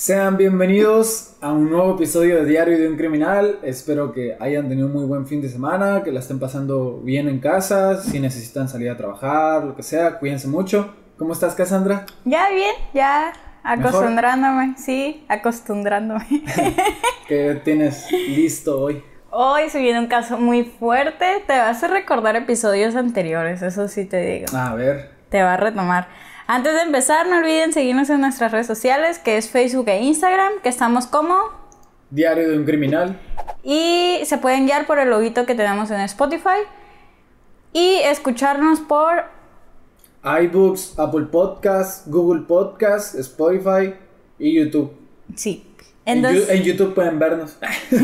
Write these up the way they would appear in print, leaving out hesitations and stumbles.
Sean bienvenidos a un nuevo episodio de Diario de un Criminal. Espero que hayan tenido un muy buen fin de semana, que la estén pasando bien en casa. Si necesitan salir a trabajar, lo que sea, cuídense mucho. ¿Cómo estás, Cassandra? Ya bien, ya acostumbrándome. ¿Mejor? Sí, acostumbrándome. ¿Qué tienes listo hoy? Hoy se viene un caso muy fuerte. Te vas a recordar episodios anteriores, eso sí te digo. A ver. Te va a retomar. Antes de empezar, no olviden seguirnos en nuestras redes sociales, que es Facebook e Instagram, que estamos como Diario de un Criminal. Y se pueden guiar por el loguito que tenemos en Spotify y escucharnos por iBooks, Apple Podcasts, Google Podcasts, Spotify y YouTube. Sí. Entonces, en YouTube pueden vernos.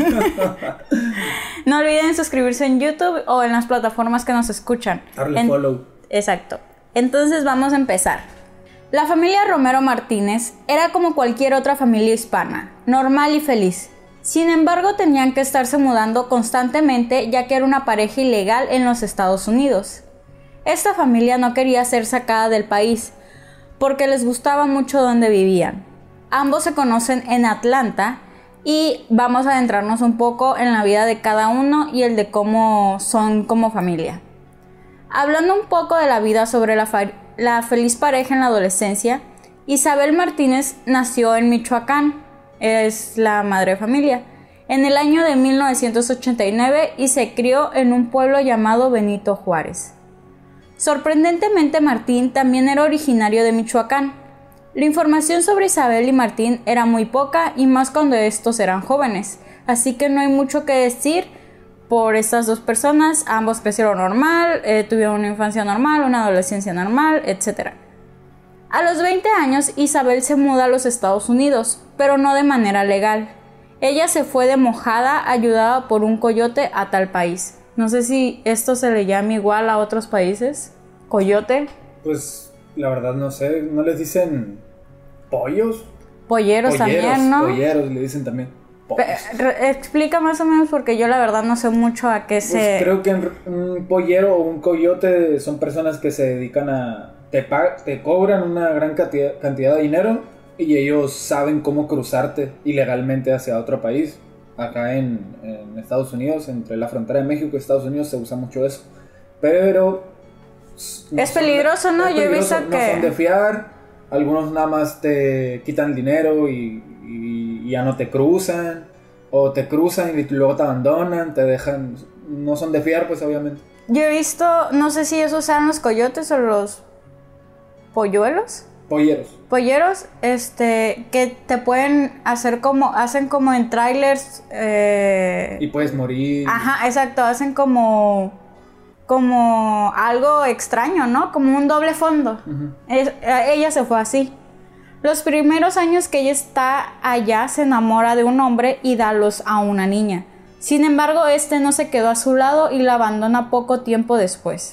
No olviden suscribirse en YouTube o en las plataformas que nos escuchan. Darle follow. Exacto. Entonces vamos a empezar. La familia Romero Martínez era como cualquier otra familia hispana, normal y feliz. Sin embargo, tenían que estarse mudando constantemente ya que era una pareja ilegal en los Estados Unidos. Esta familia no quería ser sacada del país porque les gustaba mucho donde vivían. Ambos se conocen en Atlanta y vamos a adentrarnos un poco en la vida de cada uno y el de cómo son como familia. Hablando un poco de la vida sobre la feliz pareja en la adolescencia, Isabel Martínez nació en Michoacán, es la madre de familia, en el año de 1989 y se crió en un pueblo llamado Benito Juárez. Sorprendentemente, Martín también era originario de Michoacán. La información sobre Isabel y Martín era muy poca y más cuando estos eran jóvenes, así que no hay mucho que decir por estas dos personas. Ambos crecieron normal, tuvieron una infancia normal, una adolescencia normal, etc. A los 20 años, Isabel se muda a los Estados Unidos, pero no de manera legal. Ella se fue de mojada ayudada por un coyote a tal país. No sé si esto se le llama igual a otros países. ¿Coyote? Pues la verdad no sé, ¿no les dicen pollos? Polleros también, ¿no? Polleros le dicen también. Explica más o menos porque yo la verdad no sé mucho a qué pues creo que un pollero o un coyote son personas que se dedican a... Te cobran una gran cantidad de dinero y ellos saben cómo cruzarte ilegalmente hacia otro país. Acá en Estados Unidos, entre la frontera de México y Estados Unidos se usa mucho eso. Pero... No es peligroso, ¿no? Yo he visto que... No son de fiar, algunos nada más te quitan el dinero y ya no te cruzan, o te cruzan y luego te abandonan, te dejan, no son de fiar, pues obviamente. Yo he visto, no sé si esos sean los coyotes o los polluelos. Polleros, que te pueden hacer hacen como en trailers. Y puedes morir. Ajá, exacto, hacen como algo extraño, ¿no? Como un doble fondo. Uh-huh. Ella se fue así. Los primeros años que ella está allá se enamora de un hombre y da a luz a una niña. Sin embargo, este no se quedó a su lado y la abandona poco tiempo después.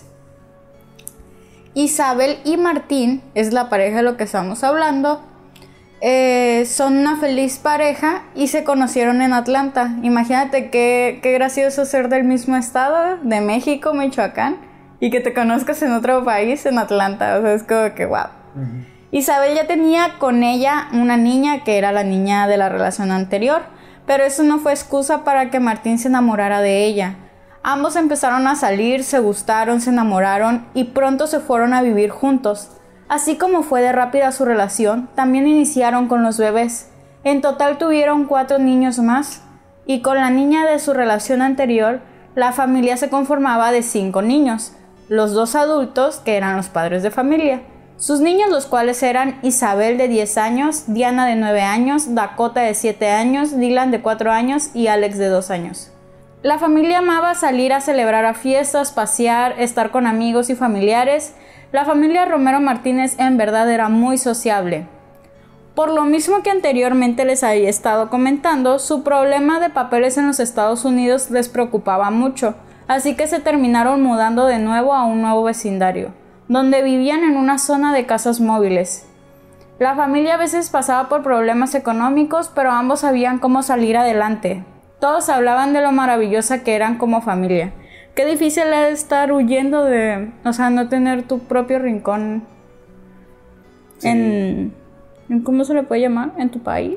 Isabel y Martín, es la pareja de lo que estamos hablando, son una feliz pareja y se conocieron en Atlanta. Imagínate qué gracioso ser del mismo estado, de México, Michoacán, y que te conozcas en otro país, en Atlanta. O sea, es como que wow. Uh-huh. Isabel ya tenía con ella una niña que era la niña de la relación anterior, pero eso no fue excusa para que Martín se enamorara de ella. Ambos empezaron a salir, se gustaron, se enamoraron y pronto se fueron a vivir juntos. Así como fue de rápida su relación, también iniciaron con los bebés. En total tuvieron 4 niños más y con la niña de su relación anterior, la familia se conformaba de 5 niños, los 2 adultos que eran los padres de familia. Sus niños, los cuales eran Isabel de 10 años, Diana de 9 años, Dakota de 7 años, Dylan de 4 años y Alex de 2 años. La familia amaba salir a celebrar a fiestas, pasear, estar con amigos y familiares. La familia Romero Martínez en verdad era muy sociable. Por lo mismo que anteriormente les había estado comentando, su problema de papeles en los Estados Unidos les preocupaba mucho, así que se terminaron mudando de nuevo a un nuevo vecindario, donde vivían en una zona de casas móviles. La familia a veces pasaba por problemas económicos, pero ambos sabían cómo salir adelante. Todos hablaban de lo maravillosa que eran como familia. Qué difícil es estar huyendo de, no tener tu propio rincón. Sí. ¿En cómo se le puede llamar? ¿En tu país?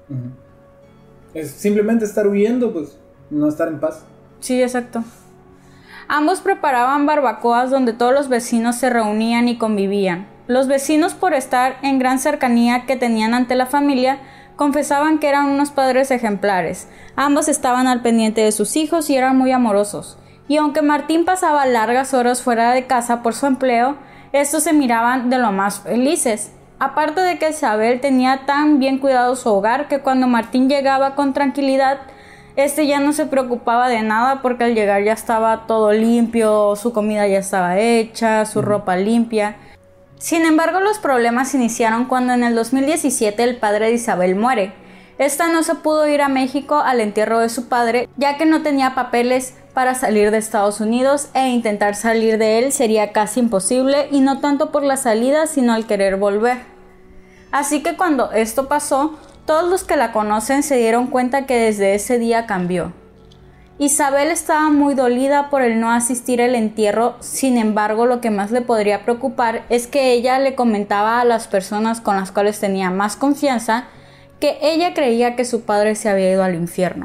Uh-huh. Es simplemente estar huyendo, pues, no estar en paz. Sí, exacto. Ambos preparaban barbacoas donde todos los vecinos se reunían y convivían. Los vecinos, por estar en gran cercanía que tenían ante la familia, confesaban que eran unos padres ejemplares. Ambos estaban al pendiente de sus hijos y eran muy amorosos. Y aunque Martín pasaba largas horas fuera de casa por su empleo, estos se miraban de lo más felices. Aparte de que Isabel tenía tan bien cuidado su hogar que cuando Martín llegaba con tranquilidad, ya no se preocupaba de nada porque al llegar ya estaba todo limpio, su comida ya estaba hecha, su ropa limpia. Sin embargo, los problemas iniciaron cuando en el 2017 el padre de Isabel muere. Esta no se pudo ir a México al entierro de su padre, ya que no tenía papeles para salir de Estados Unidos e intentar salir de él sería casi imposible, y no tanto por la salida, sino al querer volver. Así que cuando esto pasó, todos los que la conocen se dieron cuenta que desde ese día cambió. Isabel estaba muy dolida por el no asistir al entierro. Sin embargo, lo que más le podría preocupar es que ella le comentaba a las personas con las cuales tenía más confianza que ella creía que su padre se había ido al infierno.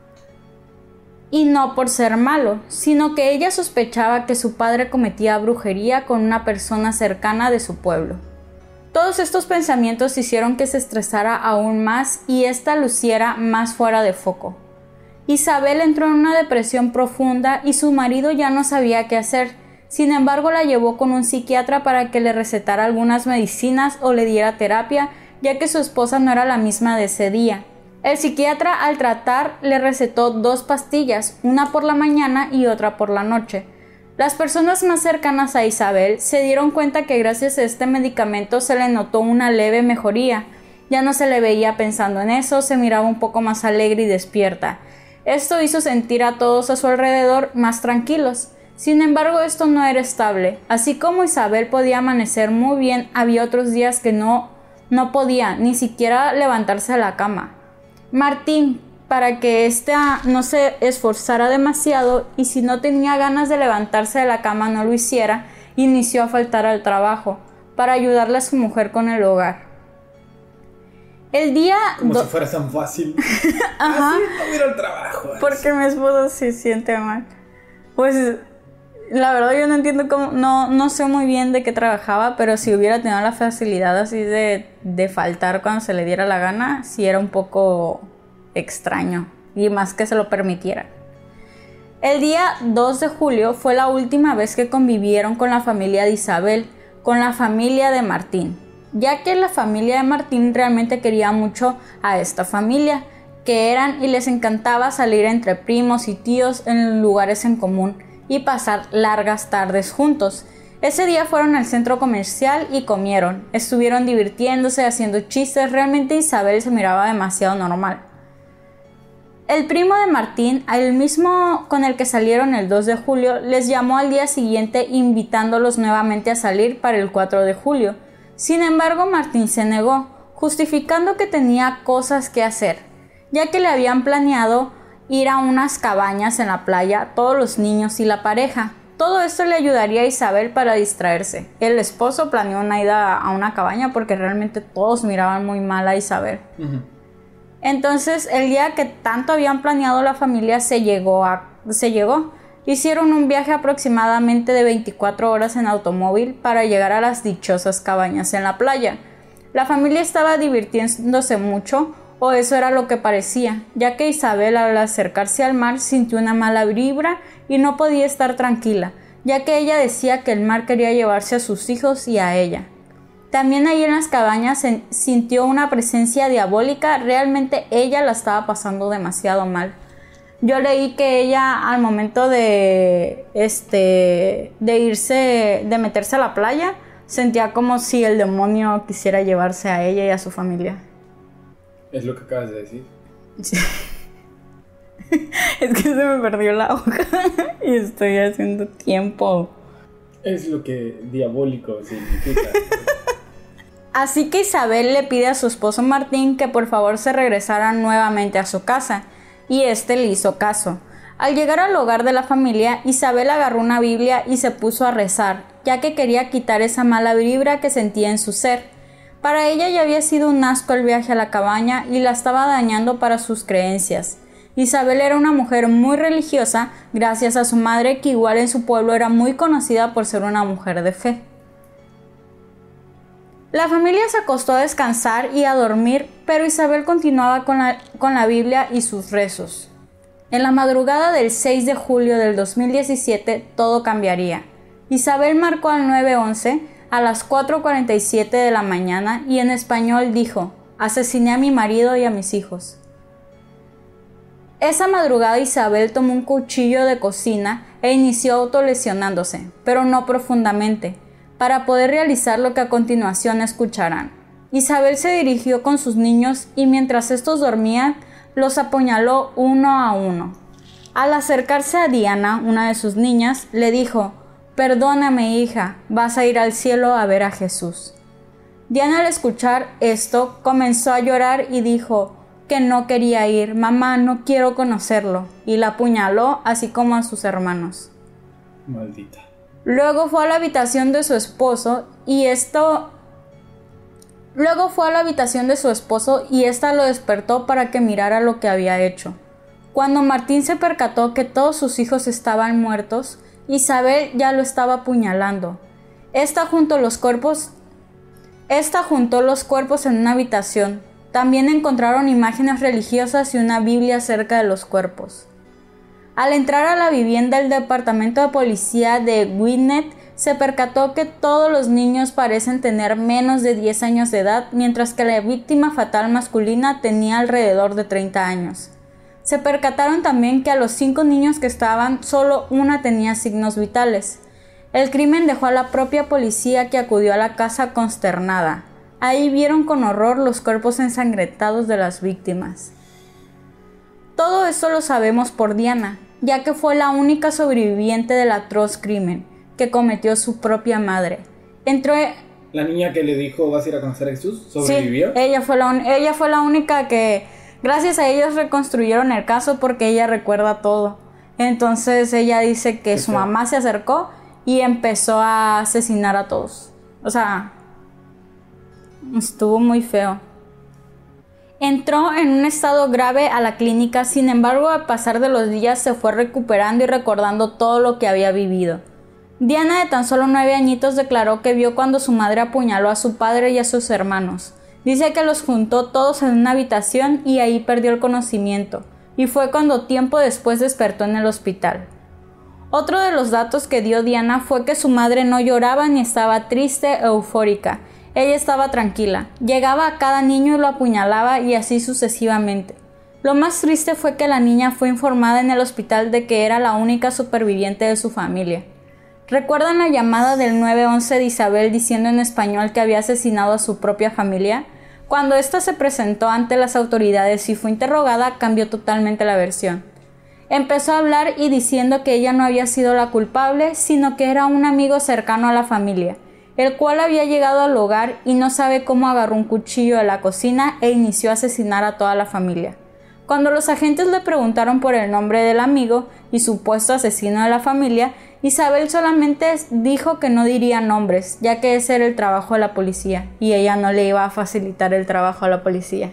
Y no por ser malo, sino que ella sospechaba que su padre cometía brujería con una persona cercana de su pueblo. Todos estos pensamientos hicieron que se estresara aún más y ésta luciera más fuera de foco. Isabel entró en una depresión profunda y su marido ya no sabía qué hacer. Sin embargo, la llevó con un psiquiatra para que le recetara algunas medicinas o le diera terapia, ya que su esposa no era la misma de ese día. El psiquiatra, al tratar, le recetó 2 pastillas, una por la mañana y otra por la noche. Las personas más cercanas a Isabel se dieron cuenta que gracias a este medicamento se le notó una leve mejoría. Ya no se le veía pensando en eso, se miraba un poco más alegre y despierta. Esto hizo sentir a todos a su alrededor más tranquilos. Sin embargo, esto no era estable. Así como Isabel podía amanecer muy bien, había otros días que no podía ni siquiera levantarse de la cama. Martín, para que ésta no se esforzara demasiado y si no tenía ganas de levantarse de la cama no lo hiciera, inició a faltar al trabajo para ayudarle a su mujer con el hogar. El día... Como si fuera tan fácil. Ajá. Así no ir al trabajo. Porque mi esposo se siente mal. Pues la verdad yo no entiendo cómo, no sé muy bien de qué trabajaba, pero si hubiera tenido la facilidad así de faltar cuando se le diera la gana, sí era un poco extraño, y más que se lo permitiera. El día 2 de julio fue la última vez que convivieron con la familia de Isabel, con la familia de Martín, ya que la familia de Martín realmente quería mucho a esta familia, que eran y les encantaba salir entre primos y tíos en lugares en común y pasar largas tardes juntos. Ese día fueron al centro comercial y comieron, estuvieron divirtiéndose, haciendo chistes. Realmente Isabel se miraba demasiado normal. El primo de Martín, el mismo con el que salieron el 2 de julio, les llamó al día siguiente invitándolos nuevamente a salir para el 4 de julio. Sin embargo, Martín se negó, justificando que tenía cosas que hacer, ya que le habían planeado ir a unas cabañas en la playa, todos los niños y la pareja. Todo esto le ayudaría a Isabel para distraerse. El esposo planeó una ida a una cabaña porque realmente todos miraban muy mal a Isabel. Uh-huh. Entonces, el día que tanto habían planeado la familia se llegó. Hicieron un viaje aproximadamente de 24 horas en automóvil para llegar a las dichosas cabañas en la playa. La familia estaba divirtiéndose mucho, o eso era lo que parecía, ya que Isabel al acercarse al mar sintió una mala vibra y no podía estar tranquila, ya que ella decía que el mar quería llevarse a sus hijos y a ella. También ahí en las cabañas sintió una presencia diabólica. Realmente ella la estaba pasando demasiado mal. Yo leí que ella al momento de meterse a la playa, sentía como si el demonio quisiera llevarse a ella y a su familia. Es lo que acabas de decir. Sí. Es que se me perdió la hoja y estoy haciendo tiempo. Es lo que diabólico significa. Así que Isabel le pide a su esposo Martín que por favor se regresara nuevamente a su casa, y este le hizo caso. Al llegar al hogar de la familia, Isabel agarró una Biblia y se puso a rezar, ya que quería quitar esa mala vibra que sentía en su ser. Para ella ya había sido un asco el viaje a la cabaña y la estaba dañando para sus creencias. Isabel era una mujer muy religiosa, gracias a su madre, que igual en su pueblo era muy conocida por ser una mujer de fe. La familia se acostó a descansar y a dormir, pero Isabel continuaba con la Biblia y sus rezos. En la madrugada del 6 de julio del 2017 todo cambiaría. Isabel marcó al 911 a las 4:47 de la mañana y en español dijo: asesiné a mi marido y a mis hijos. Esa madrugada Isabel tomó un cuchillo de cocina e inició autolesionándose, pero no profundamente, para poder realizar lo que a continuación escucharán. Isabel se dirigió con sus niños y mientras estos dormían, los apuñaló uno a uno. Al acercarse a Diana, una de sus niñas, le dijo: perdóname, hija, vas a ir al cielo a ver a Jesús. Diana, al escuchar esto, comenzó a llorar y dijo que no quería ir. Mamá, no quiero conocerlo. Y la apuñaló, así como a sus hermanos. Maldita. Luego fue a la habitación de su esposo y ésta lo despertó para que mirara lo que había hecho. Quando Martín se percató que todos sus hijos estaban muertos, Isabel ya lo estaba apuñalando. Esta juntó los cuerpos en una habitación. También encontraron imágenes religiosas y una Biblia cerca de los cuerpos. Al entrar a la vivienda del departamento de policía de Gwynedd, se percató que todos los niños parecen tener menos de 10 años de edad, mientras que la víctima fatal masculina tenía alrededor de 30 años. Se percataron también que a los 5 niños que estaban, solo una tenía signos vitales. El crimen dejó a la propia policía, que acudió a la casa consternada. Ahí vieron con horror los cuerpos ensangrentados de las víctimas. Todo esto lo sabemos por Diana, ya que fue la única sobreviviente del atroz crimen que cometió su propia madre. La niña que le dijo vas a ir a conocer a Jesús, ¿sobrevivió? Sí, ella fue la única que, gracias a ellos, reconstruyeron el caso porque ella recuerda todo. Entonces ella dice que su mamá se acercó y empezó a asesinar a todos. O sea, estuvo muy feo. Entró en un estado grave a la clínica, sin embargo, al pasar de los días se fue recuperando y recordando todo lo que había vivido. Diana, de tan solo 9 añitos, declaró que vio cuando su madre apuñaló a su padre y a sus hermanos. Dice que los juntó todos en una habitación y ahí perdió el conocimiento, y fue cuando tiempo después despertó en el hospital. Otro de los datos que dio Diana fue que su madre no lloraba ni estaba triste o eufórica. Ella estaba tranquila, llegaba a cada niño y lo apuñalaba y así sucesivamente. Lo más triste fue que la niña fue informada en el hospital de que era la única superviviente de su familia. ¿Recuerdan la llamada del 911 de Isabel diciendo en español que había asesinado a su propia familia? Cuando ésta se presentó ante las autoridades y fue interrogada, cambió totalmente la versión. Empezó a hablar y diciendo que ella no había sido la culpable, sino que era un amigo cercano a la familia, el cual había llegado al hogar y no sabe cómo agarró un cuchillo de la cocina e inició a asesinar a toda la familia. Cuando los agentes le preguntaron por el nombre del amigo y supuesto asesino de la familia, Isabel solamente dijo que no diría nombres, ya que ese era el trabajo de la policía y ella no le iba a facilitar el trabajo a la policía.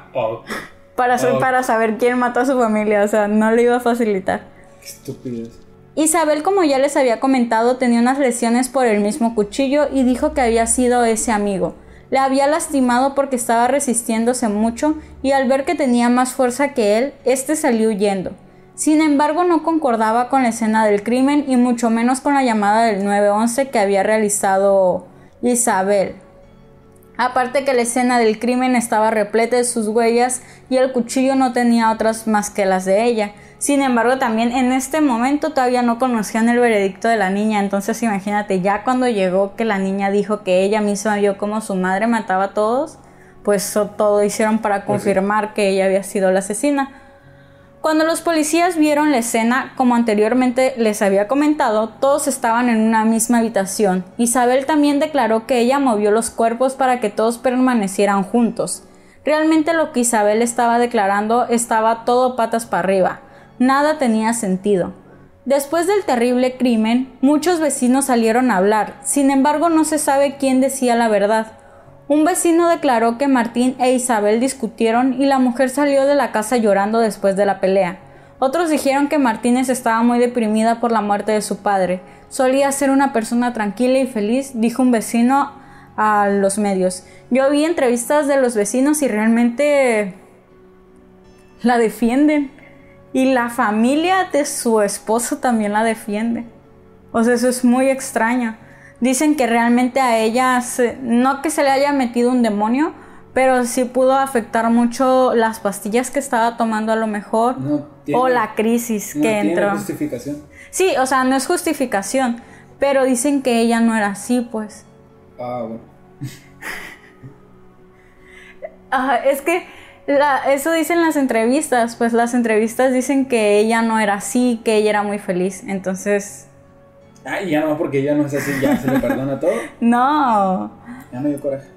Para saber quién mató a su familia, o sea, no le iba a facilitar. Qué estupidez. Isabel, como ya les había comentado, tenía unas lesiones por el mismo cuchillo y dijo que había sido ese amigo. Le había lastimado porque estaba resistiéndose mucho y al ver que tenía más fuerza que él, este salió huyendo. Sin embargo, no concordaba con la escena del crimen y mucho menos con la llamada del 911 que había realizado Isabel. Aparte que la escena del crimen estaba repleta de sus huellas y el cuchillo no tenía otras más que las de ella. Sin embargo, también en este momento todavía no conocían el veredicto de la niña, entonces imagínate, ya cuando llegó que la niña dijo que ella misma vio cómo su madre mataba a todos, pues todo hicieron para confirmar que ella había sido la asesina. Cuando los policías vieron la escena, como anteriormente les había comentado, todos estaban en una misma habitación. Isabel también declaró que ella movió los cuerpos para que todos permanecieran juntos. Realmente lo que Isabel estaba declarando estaba todo patas para arriba. Nada tenía sentido. Después del terrible crimen, muchos vecinos salieron a hablar. Sin embargo, no se sabe quién decía la verdad. Un vecino declaró que Martín e Isabel discutieron y la mujer salió de la casa llorando después de la pelea. Otros dijeron que Martínez estaba muy deprimida por la muerte de su padre. Solía ser una persona tranquila y feliz, dijo un vecino a los medios. Yo vi entrevistas de los vecinos y realmente la defienden. Y la familia de su esposo también la defiende. O sea, eso es muy extraño. Dicen que realmente a ella, no que se le haya metido un demonio, pero sí pudo afectar mucho las pastillas que estaba tomando a lo mejor, o la crisis que entró. No tiene justificación. Sí, o sea, no es justificación, pero dicen que ella no era así, pues. Bueno. Es que eso dicen las entrevistas, pues las entrevistas dicen que ella no era así, que ella era muy feliz, entonces... Y ya no, porque ella no es así, ya se le perdona todo. No. Ya me dio coraje.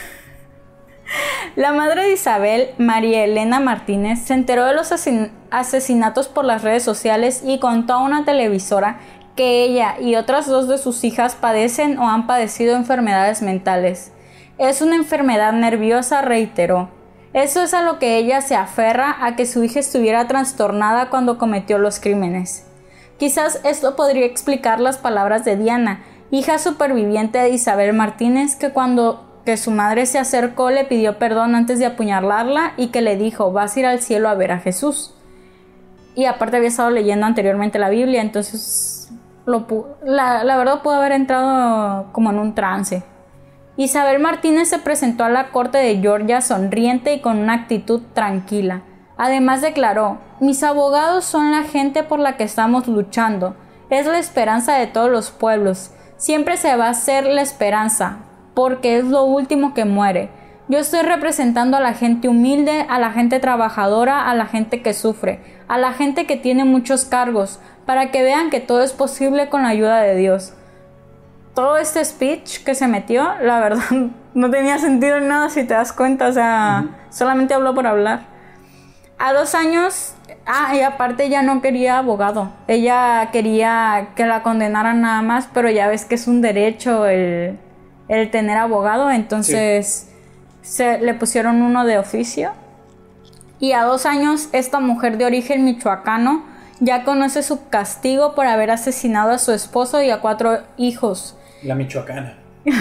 La madre de Isabel, María Elena Martínez, se enteró de los asesinatos por las redes sociales y contó a una televisora que ella y otras 2 de sus hijas padecen o han padecido enfermedades mentales. Es una enfermedad nerviosa, reiteró. Eso es a lo que ella se aferra, a que su hija estuviera trastornada cuando cometió los crímenes. Quizás esto podría explicar las palabras de Diana, hija superviviente de Isabel Martínez, que cuando su madre se acercó le pidió perdón antes de apuñalarla y que le dijo: vas a ir al cielo a ver a Jesús. Y aparte había estado leyendo anteriormente la Biblia, entonces la verdad pudo haber entrado como en un trance. Isabel Martínez se presentó a la corte de Georgia sonriente y con una actitud tranquila. Además declaró: mis abogados son la gente por la que estamos luchando. Es la esperanza de todos los pueblos. Siempre se va a hacer la esperanza, porque es lo último que muere. Yo estoy representando a la gente humilde, a la gente trabajadora, a la gente que sufre, a la gente que tiene muchos cargos, para que vean que todo es posible con la ayuda de Dios. Todo este speech que se metió, la verdad, no tenía sentido en nada si te das cuenta, o sea, solamente habló por hablar. A 2 años, y aparte ella no quería abogado, ella quería que la condenaran nada más, pero ya ves que es un derecho el tener abogado, entonces le pusieron uno de oficio. Y a 2 años, esta mujer de origen michoacano ya conoce su castigo por haber asesinado a su esposo y a 4 hijos. La michoacana.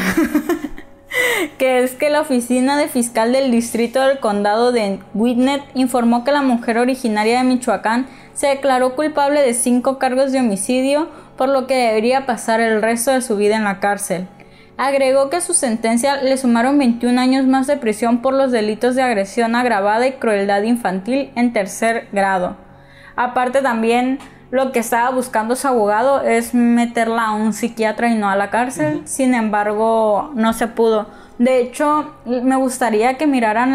Que es que la oficina de fiscal del distrito del condado de Gwinnett informó que la mujer originaria de Michoacán se declaró culpable de 5 cargos de homicidio, por lo que debería pasar el resto de su vida en la cárcel. Agregó que a su sentencia le sumaron 21 años más de prisión por los delitos de agresión agravada y crueldad infantil en 3er grado. Aparte también lo que estaba buscando su abogado es meterla a un psiquiatra y no a la cárcel. Sin embargo, no se pudo. De hecho, me gustaría que miraran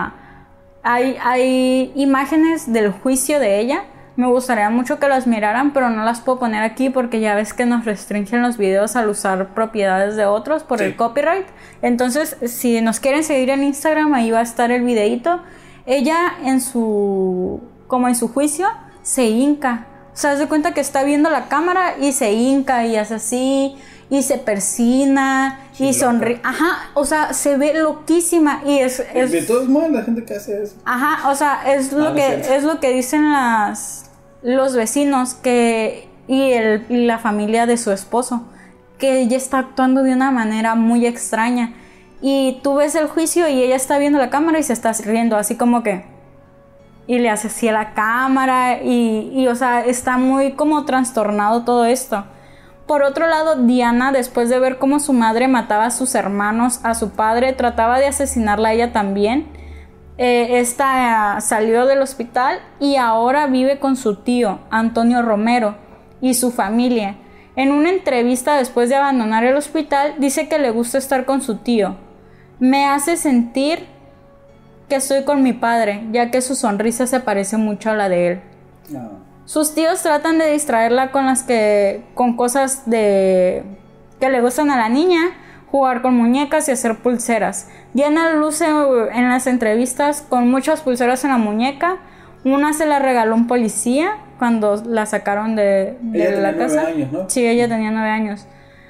hay imágenes del juicio de ella. Me gustaría mucho que las miraran, pero no las puedo poner aquí porque ya ves que nos restringen los videos al usar propiedades de otros por el copyright. Entonces, si nos quieren seguir en Instagram, ahí va a estar el videito. Ella en su juicio se hinca. O sea, se cuenta que está viendo la cámara y se hinca y hace así, y se persina, y sonríe. Ajá, o sea, se ve loquísima. Y es de todos modos, la gente que hace eso. Ajá, o sea, es lo que dicen los vecinos y la familia de su esposo, que ella está actuando de una manera muy extraña. Y tú ves el juicio y ella está viendo la cámara y se está riendo, así como que... Y le hace así a la cámara y o sea, está muy como trastornado todo esto. Por otro lado, Diana, después de ver cómo su madre mataba a sus hermanos, a su padre, trataba de asesinarla a ella también. Esta salió del hospital y ahora vive con su tío, Antonio Romero, y su familia. En una entrevista después de abandonar el hospital, dice que le gusta estar con su tío. Me hace sentir que estoy con mi padre, ya que su sonrisa se parece mucho a la de él. No. Sus tíos tratan de distraerla con cosas que le gustan a la niña, jugar con muñecas y hacer pulseras. Diana luce en las entrevistas con muchas pulseras en la muñeca. Una se la regaló un policía cuando la sacaron de la casa. 9 años, ¿no? Sí, ella tenía 9 años.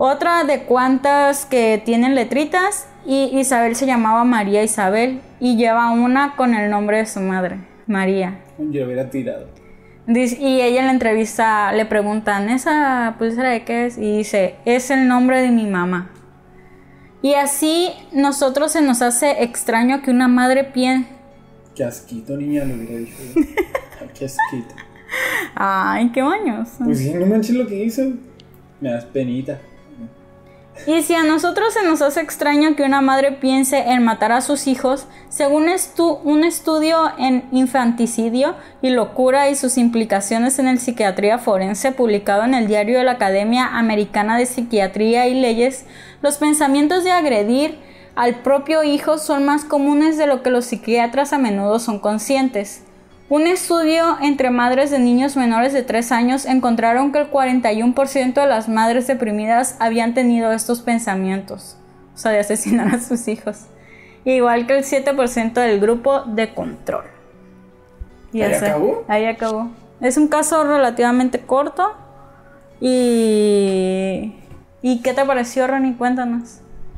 Otra de cuantas que tienen letritas, y Isabel se llamaba María Isabel y lleva una con el nombre de su madre, María. Yo hubiera tirado. Y ella en la entrevista le preguntan, ¿esa pulsera de qué es? Y dice, es el nombre de mi mamá. Y así nosotros se nos hace extraño que una madre piense... Qué asquito, niña, lo hubiera dicho. Qué asquito. Ay, qué baños. Pues sí, no manches lo que hizo. Me das penita. Y si a nosotros se nos hace extraño que una madre piense en matar a sus hijos, según un estudio en infanticidio y locura y sus implicaciones en el psiquiatría forense publicado en el diario de la Academia Americana de Psiquiatría y Leyes, los pensamientos de agredir al propio hijo son más comunes de lo que los psiquiatras a menudo son conscientes. Un estudio entre madres de niños menores de 3 años encontraron que el 41% de las madres deprimidas habían tenido estos pensamientos, o sea, de asesinar a sus hijos, igual que el 7% del grupo de control. Y ¿Ahí acabó? Ahí acabó. Es un caso relativamente corto. ¿Y qué te pareció, Ronnie? Cuéntanos.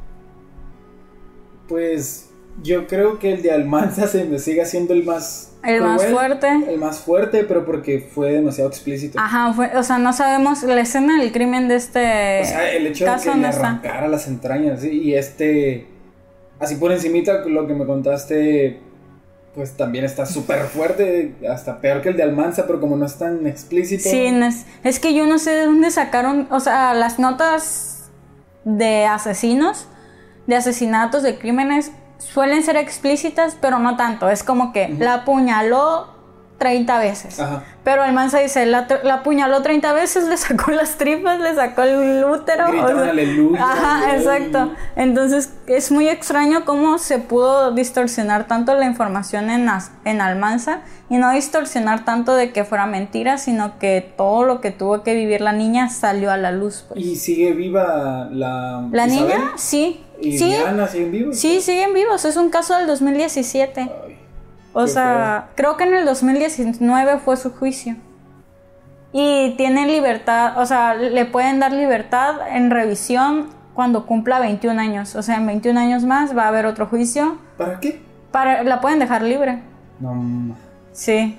Pues yo creo que el de Almanza se me sigue haciendo el más... El cruel, más fuerte. El más fuerte, pero porque fue demasiado explícito. Ajá, o sea, no sabemos la escena del crimen de este o sea, el hecho de que le arrancara las entrañas, ¿sí? Y así por encimita, lo que me contaste, pues también está súper fuerte, hasta peor que el de Almanza, pero como no es tan explícito. Sí, es que yo no sé de dónde sacaron, o sea, las notas de asesinos, de asesinatos, de crímenes... suelen ser explícitas, pero no tanto. Es como que la apuñaló 30 veces. Ajá. Pero Almanza dice, la apuñaló 30 veces, le sacó las tripas, le sacó el útero. Gritaban aleluya. Ajá, exacto. Entonces es muy extraño cómo se pudo distorsionar tanto la información en Almanza y no distorsionar tanto de que fuera mentira, sino que todo lo que tuvo que vivir la niña salió a la luz. Pues. ¿Y sigue viva la ¿La Isabel? niña? Sí. ¿Y sí. Diana siguen vivos? Sí, siguen vivos. Es un caso del 2017. Ay, o sea, creo que en el 2019 fue su juicio. Y tienen libertad, o sea, le pueden dar libertad en revisión cuando cumpla 21 años. O sea, en 21 años más va a haber otro juicio. ¿Para qué? La pueden dejar libre. No. Sí.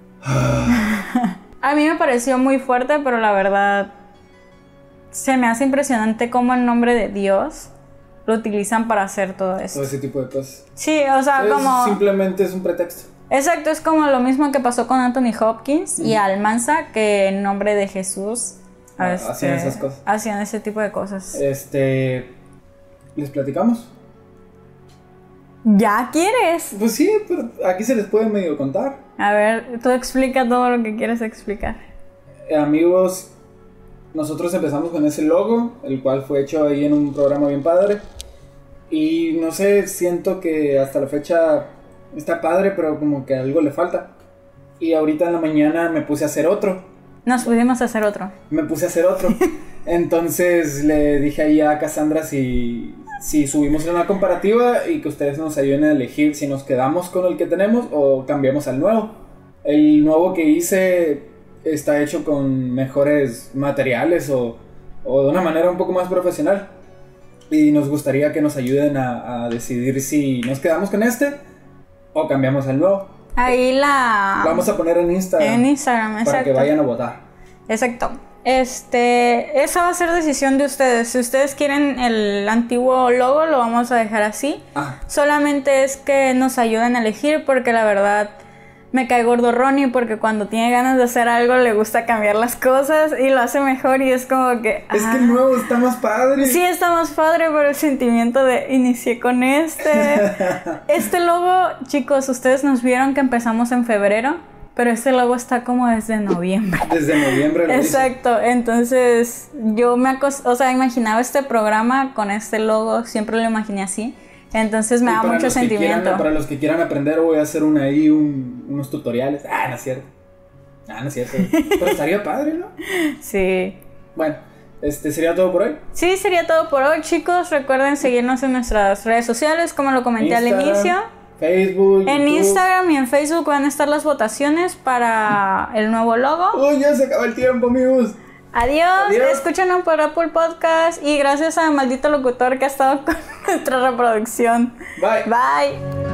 A mí me pareció muy fuerte, pero la verdad se me hace impresionante cómo el nombre de Dios lo utilizan para hacer todo esto. Todo ese tipo de cosas. Sí, o sea, como... Simplemente es un pretexto. Exacto, es como lo mismo que pasó con Anthony Hopkins y Almanza, que en nombre de Jesús hacían esas cosas. Hacían ese tipo de cosas. ¿Les platicamos? ¿Ya quieres? Pues sí, pero aquí se les puede medio contar. A ver, tú explica todo lo que quieres explicar. Amigos, nosotros empezamos con ese logo, el cual fue hecho ahí en un programa bien padre. Y no sé, siento que hasta la fecha está padre, pero como que algo le falta. Y ahorita en la mañana me puse a hacer otro. Nos pudimos hacer otro. Me puse a hacer otro. Entonces le dije ahí a Cassandra si subimos una comparativa y que ustedes nos ayuden a elegir si nos quedamos con el que tenemos o cambiamos al nuevo. El nuevo que hice está hecho con mejores materiales o de una manera un poco más profesional. Y nos gustaría que nos ayuden a decidir si nos quedamos con este o cambiamos al nuevo. Ahí vamos a poner en Instagram. En Instagram, exacto. Para que vayan a votar. Exacto. Esa va a ser decisión de ustedes. Si ustedes quieren el antiguo logo, lo vamos a dejar así. Solamente es que nos ayuden a elegir, porque la verdad me cae gordo Ronnie, porque cuando tiene ganas de hacer algo le gusta cambiar las cosas y lo hace mejor, y es como que... Es que el nuevo está más padre. Sí, está más padre, pero el sentimiento de inicié con este logo, chicos, ustedes nos vieron que empezamos en febrero, pero este logo está como desde noviembre. Desde noviembre lo Exacto, hice. Entonces yo imaginaba este programa con este logo, siempre lo imaginé así. Entonces me da mucho sentimiento. Para los que quieran aprender, voy a hacer unos tutoriales. No es cierto. No es cierto. Pero estaría padre, ¿no? Sí. Bueno, ¿sería todo por hoy? Sí, sería todo por hoy, chicos. Recuerden seguirnos en nuestras redes sociales, como lo comenté al inicio. Facebook, en YouTube. Instagram y en Facebook van a estar las votaciones para el nuevo logo. ¡Uy, ya se acaba el tiempo, amigos! Adiós. Escúchanos por Apple Podcast y gracias a Maldito Locutor que ha estado con nuestra reproducción. Bye. Bye.